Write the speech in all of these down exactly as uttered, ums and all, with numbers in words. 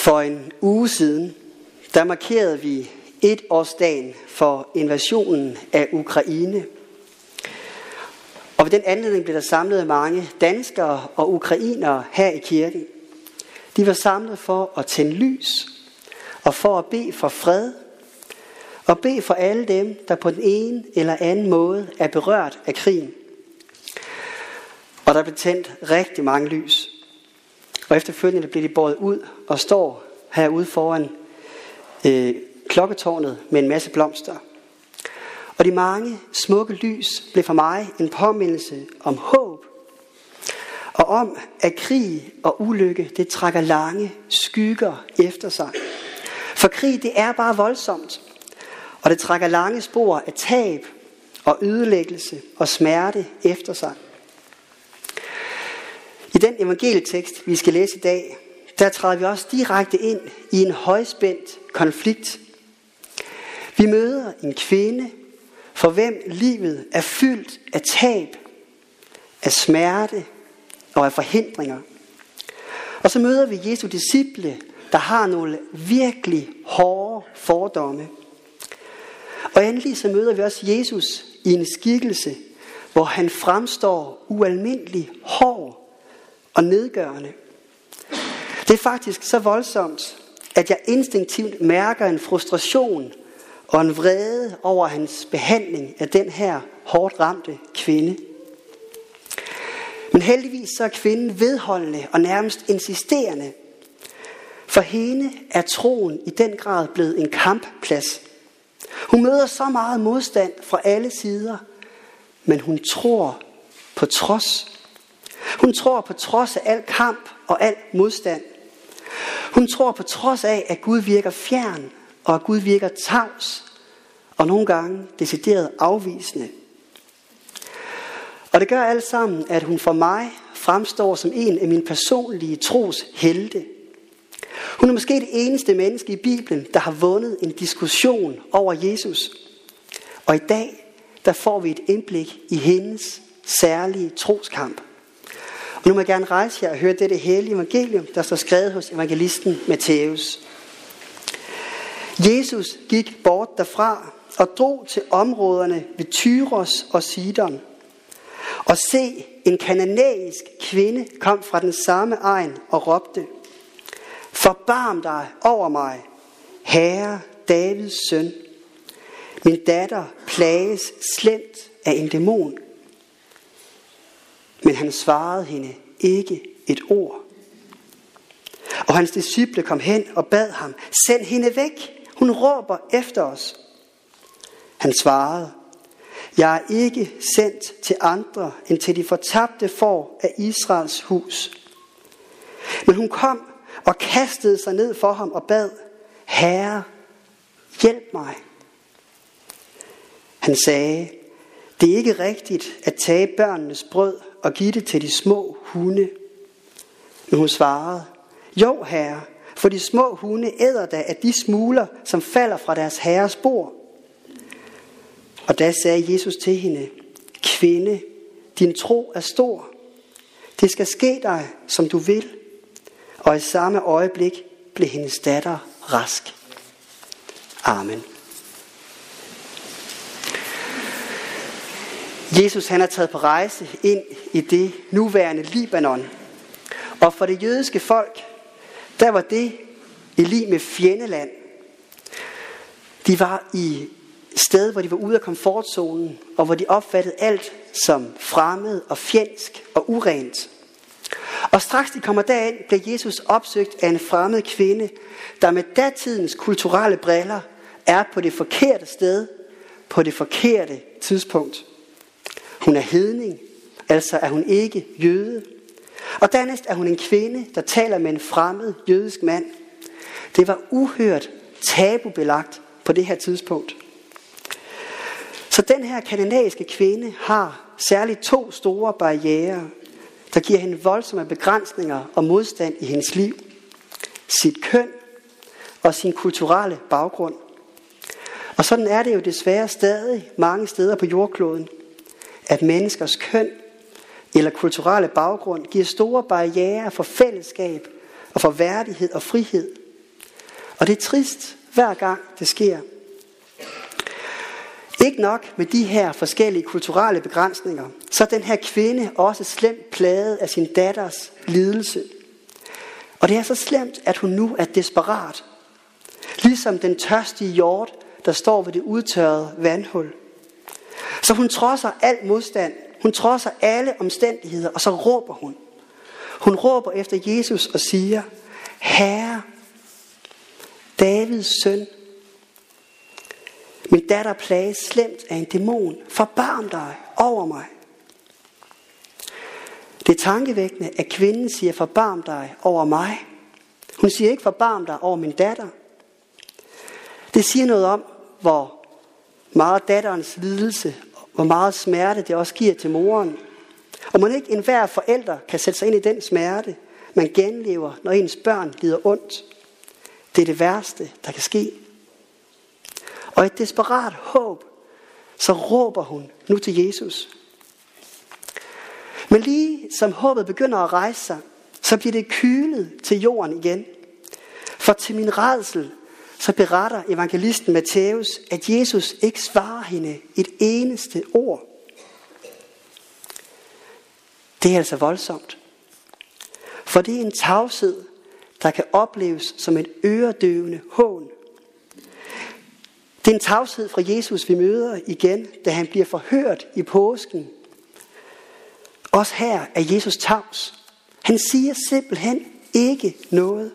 For en uge siden, der markerede vi et-årsdagen for invasionen af Ukraine. Og ved den anledning blev der samlet mange danskere og ukrainere her i kirken. De var samlet for at tænde lys og for at bede for fred og bede for alle dem, der på den ene eller anden måde er berørt af krigen. Og der blev tændt rigtig mange lys. Og efterfølgende blev de båret ud og står herude foran øh, klokketårnet med en masse blomster. Og de mange smukke lys blev for mig en påmindelse om håb. Og om, at krig og ulykke, det trækker lange skygger efter sig. For krig, det er bare voldsomt. Og det trækker lange spor af tab og ødelæggelse og smerte efter sig. I den evangelietekst, vi skal læse i dag, der træder vi også direkte ind i en højspændt konflikt. Vi møder en kvinde, for hvem livet er fyldt af tab, af smerte og af forhindringer. Og så møder vi Jesu disciple, der har nogle virkelig hårde fordomme. Og endelig så møder vi også Jesus i en skikkelse, hvor han fremstår ualmindelig hård og nedgørende. Det er faktisk så voldsomt, at jeg instinktivt mærker en frustration og en vrede over hans behandling af den her hårdt ramte kvinde. Men heldigvis så er kvinden vedholdende og nærmest insisterende. For hende er troen i den grad blevet en kampplads. Hun møder så meget modstand fra alle sider, men hun tror på trods. Hun tror på trods af al kamp og al modstand. Hun tror på trods af, at Gud virker fjern, og at Gud virker tavs, og nogle gange decideret afvisende. Og det gør alt sammen, at hun for mig fremstår som en af mine personlige troshelte. Hun er måske det eneste menneske i Bibelen, der har vundet en diskussion over Jesus. Og i dag, der får vi et indblik i hendes særlige troskamp. Og nu må jeg gerne rejse jer og høre dette hellige evangelium, der står skrevet hos evangelisten Matthæus. Jesus gik bort derfra og drog til områderne ved Tyros og Sidon. Og se, en kananæisk kvinde kom fra den samme egn og råbte: Forbarm dig over mig, Herre Davids søn. Min datter plages slemt af en dæmon. Men han svarede hende ikke et ord. Og hans disciple kom hen og bad ham: Send hende væk, hun råber efter os. Han svarede: Jeg er ikke sendt til andre end til de fortabte får af Israels hus. Men hun kom og kastede sig ned for ham og bad: Herre, hjælp mig. Han sagde: Det er ikke rigtigt at tage børnenes brød og give det til de små hunde. Men hun svarede: Jo, herre, for de små hunde æder da af de smuler, som falder fra deres herres bord. Og da sagde Jesus til hende: Kvinde, din tro er stor. Det skal ske dig, som du vil. Og i samme øjeblik blev hendes datter rask. Amen. Jesus han er taget på rejse ind i det nuværende Libanon. Og for det jødiske folk, der var det i lig med fjendeland. De var i et sted, hvor de var ude af komfortzonen, og hvor de opfattede alt som fremmed og fjendsk og urent. Og straks de kommer derind, bliver Jesus opsøgt af en fremmed kvinde, der med datidens kulturelle briller er på det forkerte sted, på det forkerte tidspunkt. Hun er hedning, altså er hun ikke jøde. Og dernæst er hun en kvinde, der taler med en fremmed jødisk mand. Det var uhørt tabubelagt på det her tidspunkt. Så den her kananæiske kvinde har særligt to store barrierer, der giver hende voldsomme begrænsninger og modstand i hendes liv. Sit køn og sin kulturelle baggrund. Og sådan er det jo desværre stadig mange steder på jordkloden, at menneskers køn eller kulturelle baggrund giver store barrierer for fællesskab og for værdighed og frihed Og det er trist, hver gang det sker. Ikke nok med de her forskellige kulturelle begrænsninger, så er den her kvinde også slemt plaget af sin datters lidelse. Og det er så slemt, at hun nu er desperat. Ligesom den tørstige hjort, der står ved det udtørrede vandhul. Så hun trodser al modstand. Hun trodser alle omstændigheder, og så råber hun. Hun råber efter Jesus og siger, Herre, Davids søn, min datter plages slemt af en dæmon. Forbarm dig over mig. Det er tankevækkende, at kvinden siger, forbarm dig over mig. Hun siger ikke, forbarm dig over min datter. Det siger noget om, hvor meget datterens lidelse, hvor meget smerte det også giver til moren. Og man ikke enhver forælder kan sætte sig ind i den smerte, man genlever, når ens børn lider ondt. Det er det værste, der kan ske. Og et desperat håb, så råber hun nu til Jesus. Men lige som håbet begynder at rejse sig, så bliver det kylet til jorden igen. For til min rædsel, så beretter evangelisten Matthæus, at Jesus ikke svarer hende et eneste ord. Det er altså voldsomt. For det er en tavshed, der kan opleves som et øredøvende hån. Det er en tavshed fra Jesus, vi møder igen, da han bliver forhørt i påsken. Også her er Jesus tavs. Han siger simpelthen ikke noget.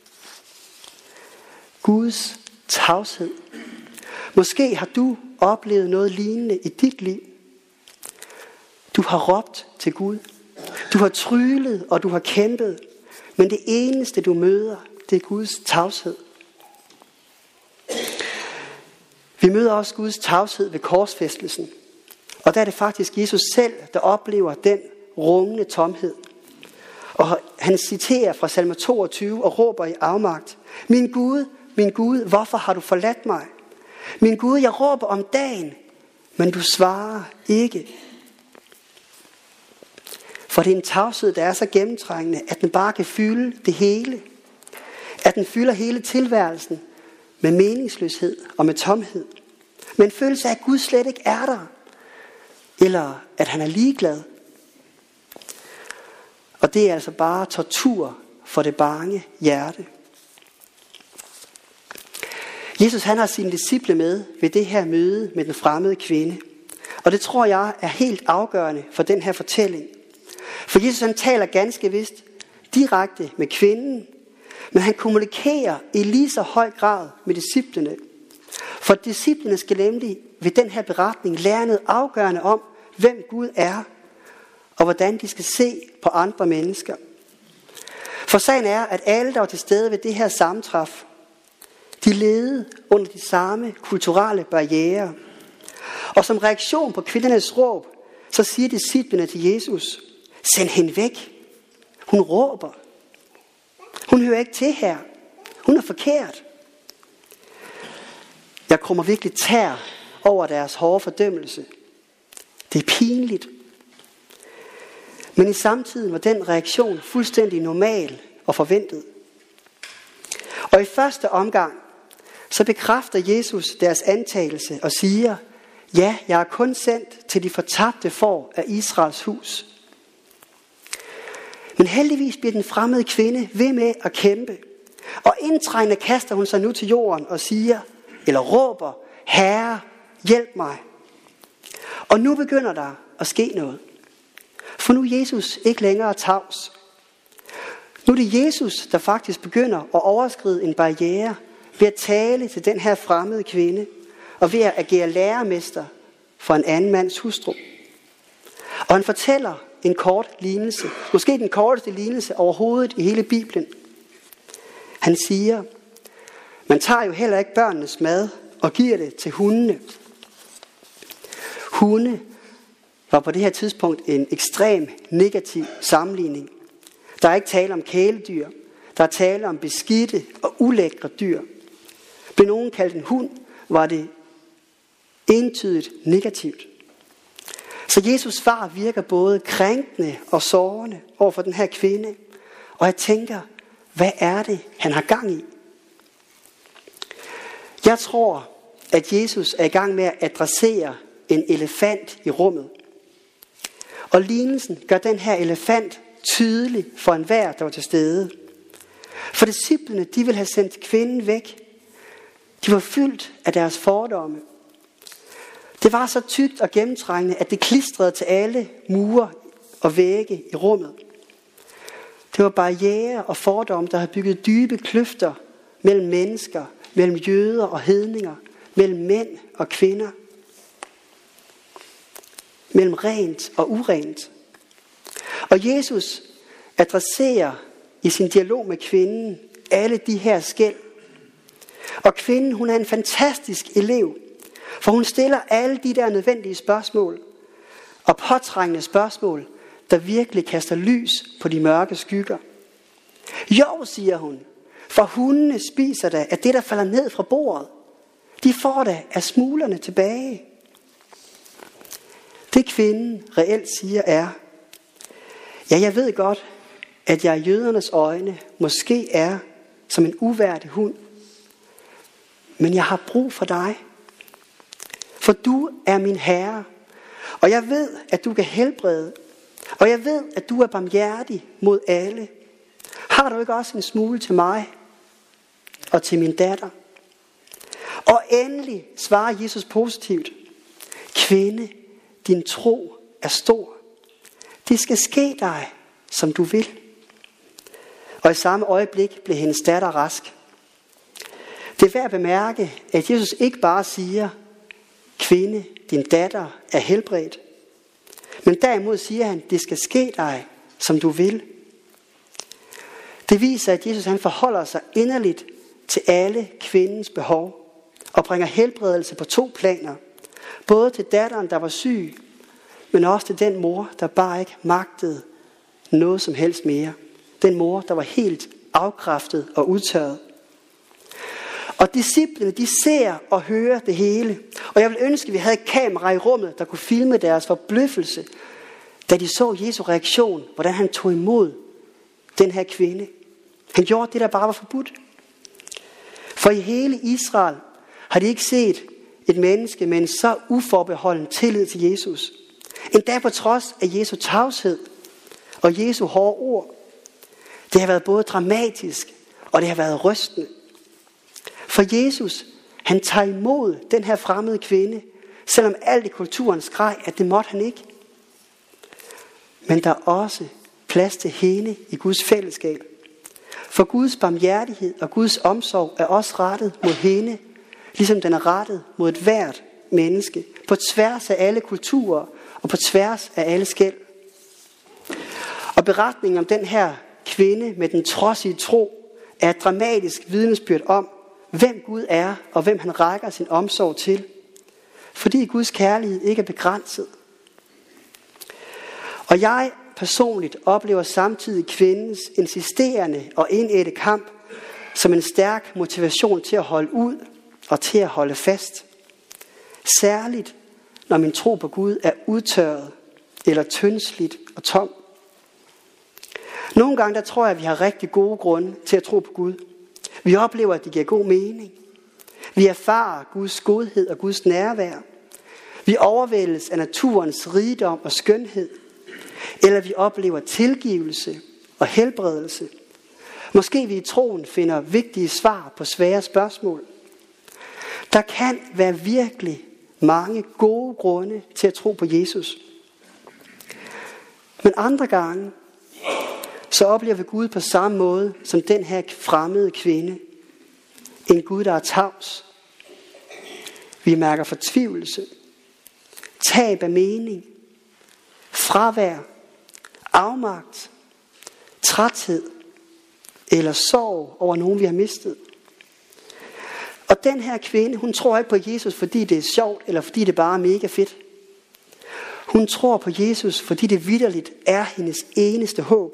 Guds tavshed. Måske har du oplevet noget lignende i dit liv. Du har råbt til Gud. Du har tryglet, og du har kæmpet. Men det eneste, du møder, det er Guds tavshed. Vi møder også Guds tavshed ved korsfæstelsen. Og der er det faktisk Jesus selv, der oplever den rungende tomhed. Og han citerer fra salme toogtyve og råber i afmagt. Min Gud, min Gud, hvorfor har du forladt mig? Min Gud, jeg råber om dagen, men du svarer ikke. For det er en tavshed, der er så gennemtrængende, at den bare kan fylde det hele. At den fylder hele tilværelsen med meningsløshed og med tomhed. Med en følelse af, at Gud slet ikke er der. Eller at han er ligeglad. Og det er altså bare tortur for det bange hjerte. Jesus han har sine disciple med ved det her møde med den fremmede kvinde. Og det tror jeg er helt afgørende for den her fortælling. For Jesus han taler ganske vist direkte med kvinden, men han kommunikerer i lige så høj grad med disciplene. For disciplene skal nemlig ved den her beretning lære noget afgørende om, hvem Gud er, og hvordan de skal se på andre mennesker. For sagen er, at alle, der var til stede ved det her sammentræf, de levede under de samme kulturelle barrierer. Og som reaktion på kvindernes råb, så siger disciplene til Jesus, send hende væk. Hun råber. Hun hører ikke til her. Hun er forkert. Jeg kommer virkelig tær over deres hårde fordømmelse. Det er pinligt. Men i samtiden var den reaktion fuldstændig normal og forventet. Og i første omgang, så bekræfter Jesus deres antagelse og siger, ja, jeg er kun sendt til de fortabte får af Israels hus. Men heldigvis bliver den fremmede kvinde ved med at kæmpe. Og indtrængende kaster hun sig nu til jorden og siger, eller råber, Herre, hjælp mig. Og nu begynder der at ske noget. For nu er Jesus ikke længere tavs. Nu er det Jesus, der faktisk begynder at overskride en barriere ved at tale til den her fremmede kvinde og ved at agere lærermester for en anden mands hustru. Og han fortæller en kort lignelse, måske den korteste lignelse overhovedet i hele Bibelen. Han siger, man tager jo heller ikke børnenes mad og giver det til hundene. Hunde var på det her tidspunkt en ekstrem negativ sammenligning. Der er ikke tale om kæledyr. Der er tale om beskidte og ulækre dyr. Blev nogen kaldt en hund, var det entydigt negativt. Så Jesus svar virker både krænkende og sårende over for den her kvinde. Og jeg tænker, hvad er det, han har gang i? Jeg tror, at Jesus er i gang med at adressere en elefant i rummet. Og lignelsen gør den her elefant tydelig for enhver, der var til stede. For disciplene, de ville have sendt kvinden væk. De var fyldt af deres fordomme. Det var så tykt og gennemtrængende, at det klistrede til alle mure og vægge i rummet. Det var barrierer og fordomme, der havde bygget dybe kløfter mellem mennesker, mellem jøder og hedninger, mellem mænd og kvinder, mellem rent og urent. Og Jesus adresserer i sin dialog med kvinden alle de her skel. Og kvinden, hun er en fantastisk elev, for hun stiller alle de der nødvendige spørgsmål og påtrængende spørgsmål, der virkelig kaster lys på de mørke skygger. Jo, siger hun, for hundene spiser da af det, der falder ned fra bordet. De får da af smuglerne tilbage. Det kvinden reelt siger er, ja, jeg ved godt, at jeg i jødernes øjne måske er som en uværdig hund. Men jeg har brug for dig. For du er min herre. Og jeg ved, at du kan helbrede. Og jeg ved, at du er barmhjertig mod alle. Har du ikke også en smule til mig og til min datter? Og endelig svarer Jesus positivt. Kvinde, din tro er stor. Det skal ske dig, som du vil. Og i samme øjeblik blev hendes datter rask. Det er værd at bemærke, at Jesus ikke bare siger, kvinde, din datter er helbredt. Men derimod siger han, det skal ske dig, som du vil. Det viser, at Jesus han forholder sig inderligt til alle kvindens behov og bringer helbredelse på to planer. Både til datteren, der var syg, men også til den mor, der bare ikke magtede noget som helst mere. Den mor, der var helt afkræftet og udtørret. Og disciplene, de ser og hører det hele. Og jeg vil ønske, at vi havde et kamera i rummet, der kunne filme deres forbløffelse, da de så Jesu reaktion, hvordan han tog imod den her kvinde. Han gjorde det, der bare var forbudt. For i hele Israel har de ikke set et menneske med en så uforbeholden tillid til Jesus. Endda på trods af Jesu tavshed og Jesu hårde ord. Det har været både dramatisk, og det har været rystende. For Jesus, han tager imod den her fremmede kvinde, selvom alt i kulturen skreg, at det måtte han ikke. Men der er også plads til hende i Guds fællesskab. For Guds barmhjertighed og Guds omsorg er også rettet mod hende, ligesom den er rettet mod et hvert menneske, på tværs af alle kulturer og på tværs af alle skel. Og beretningen om den her kvinde med den trodsige tro er et dramatisk vidnesbyrd om, hvem Gud er og hvem han rækker sin omsorg til. Fordi Guds kærlighed ikke er begrænset. Og jeg personligt oplever samtidig kvindens insisterende og indædte kamp som en stærk motivation til at holde ud og til at holde fast. Særligt når min tro på Gud er udtørret eller tyndsligt og tom. Nogle gange der tror jeg, at vi har rigtig gode grunde til at tro på Gud. Vi oplever, at det giver god mening. Vi erfarer Guds godhed og Guds nærvær. Vi overvældes af naturens rigdom og skønhed. Eller vi oplever tilgivelse og helbredelse. Måske vi i troen finder vigtige svar på svære spørgsmål. Der kan være virkelig mange gode grunde til at tro på Jesus. Men andre gange, så oplever vi Gud på samme måde som den her fremmede kvinde. En Gud, der er tavs. Vi mærker fortvivlelse, tab af mening, fravær, afmagt, træthed eller sorg over nogen, vi har mistet. Og den her kvinde, hun tror ikke på Jesus, fordi det er sjovt, eller fordi det bare er mega fedt. Hun tror på Jesus, fordi det vitterligt er hendes eneste håb.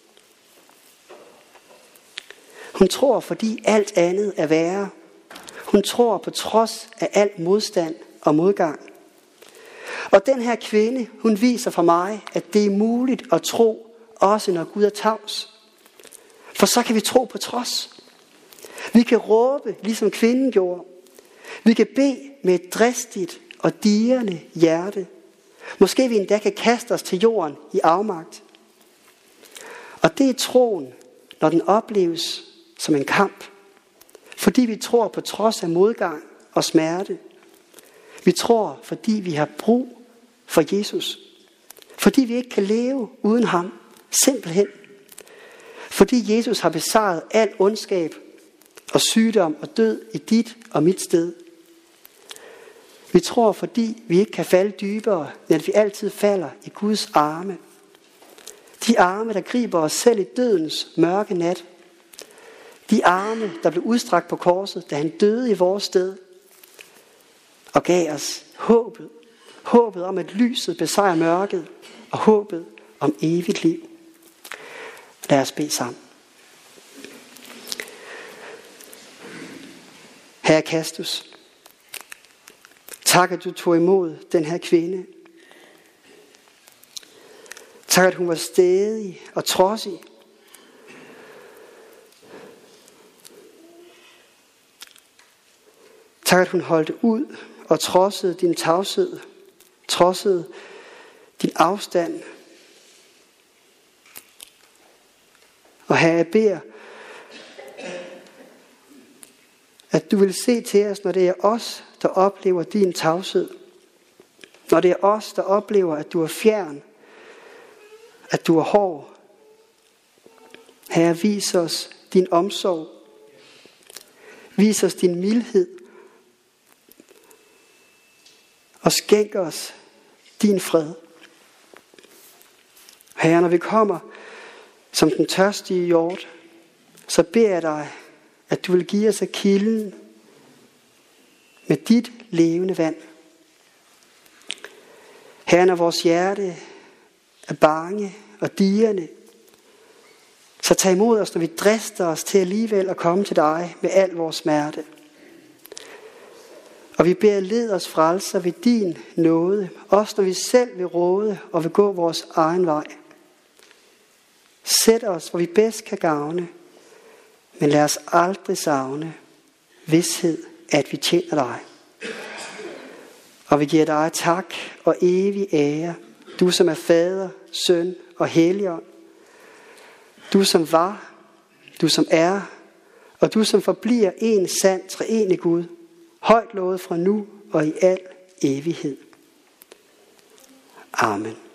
Hun tror, fordi alt andet er værre. Hun tror på trods af alt modstand og modgang. Og den her kvinde, hun viser for mig, at det er muligt at tro, også når Gud er tavs. For så kan vi tro på trods. Vi kan råbe, ligesom kvinden gjorde. Vi kan bede med et dristigt og dirrende hjerte. Måske vi endda kan kaste os til jorden i afmagt. Og det er troen, når den opleves som en kamp. Fordi vi tror på trods af modgang og smerte. Vi tror, fordi vi har brug for Jesus. Fordi vi ikke kan leve uden ham. Simpelthen. Fordi Jesus har besejret al ondskab og sygdom og død i dit og mit sted. Vi tror, fordi vi ikke kan falde dybere, end at vi altid falder i Guds arme. De arme, der griber os selv i dødens mørke nat. De arme, der blev udstrakt på korset, da han døde i vores sted. Og gav os håbet. Håbet om, at lyset besejrer mørket. Og håbet om evigt liv. Lad os bede sammen. Herre Kristus, tak at du tog imod den her kvinde. Tak at hun var stædig og trodsig. Tak at hun holdt ud og trodsede din tavshed, trodsede din afstand. Og Herre, jeg beder, at du vil se til os, når det er os, der oplever din tavshed. Når det er os, der oplever, at du er fjern, at du er hård. Herre, vis os din omsorg. Vis os din mildhed. Og skænk os din fred. Herre, når vi kommer som den tørstige hjort, så beder jeg dig, at du vil give os af kilden med dit levende vand. Herre, når vores hjerte er bange og dirrende, så tag imod os, når vi drister os til alligevel at komme til dig med al vores smerte. Og vi beder, led os frelser ved din nåde, også når vi selv vil råde og vil gå vores egen vej. Sæt os, hvor vi bedst kan gavne, men lad os aldrig savne vished, at vi tjener dig. Og vi giver dig tak og evig ære, du som er Fader, Søn og Helligånd. Du som var, du som er, og du som forbliver en sand treenig Gud, højt lovet fra nu og i al evighed. Amen.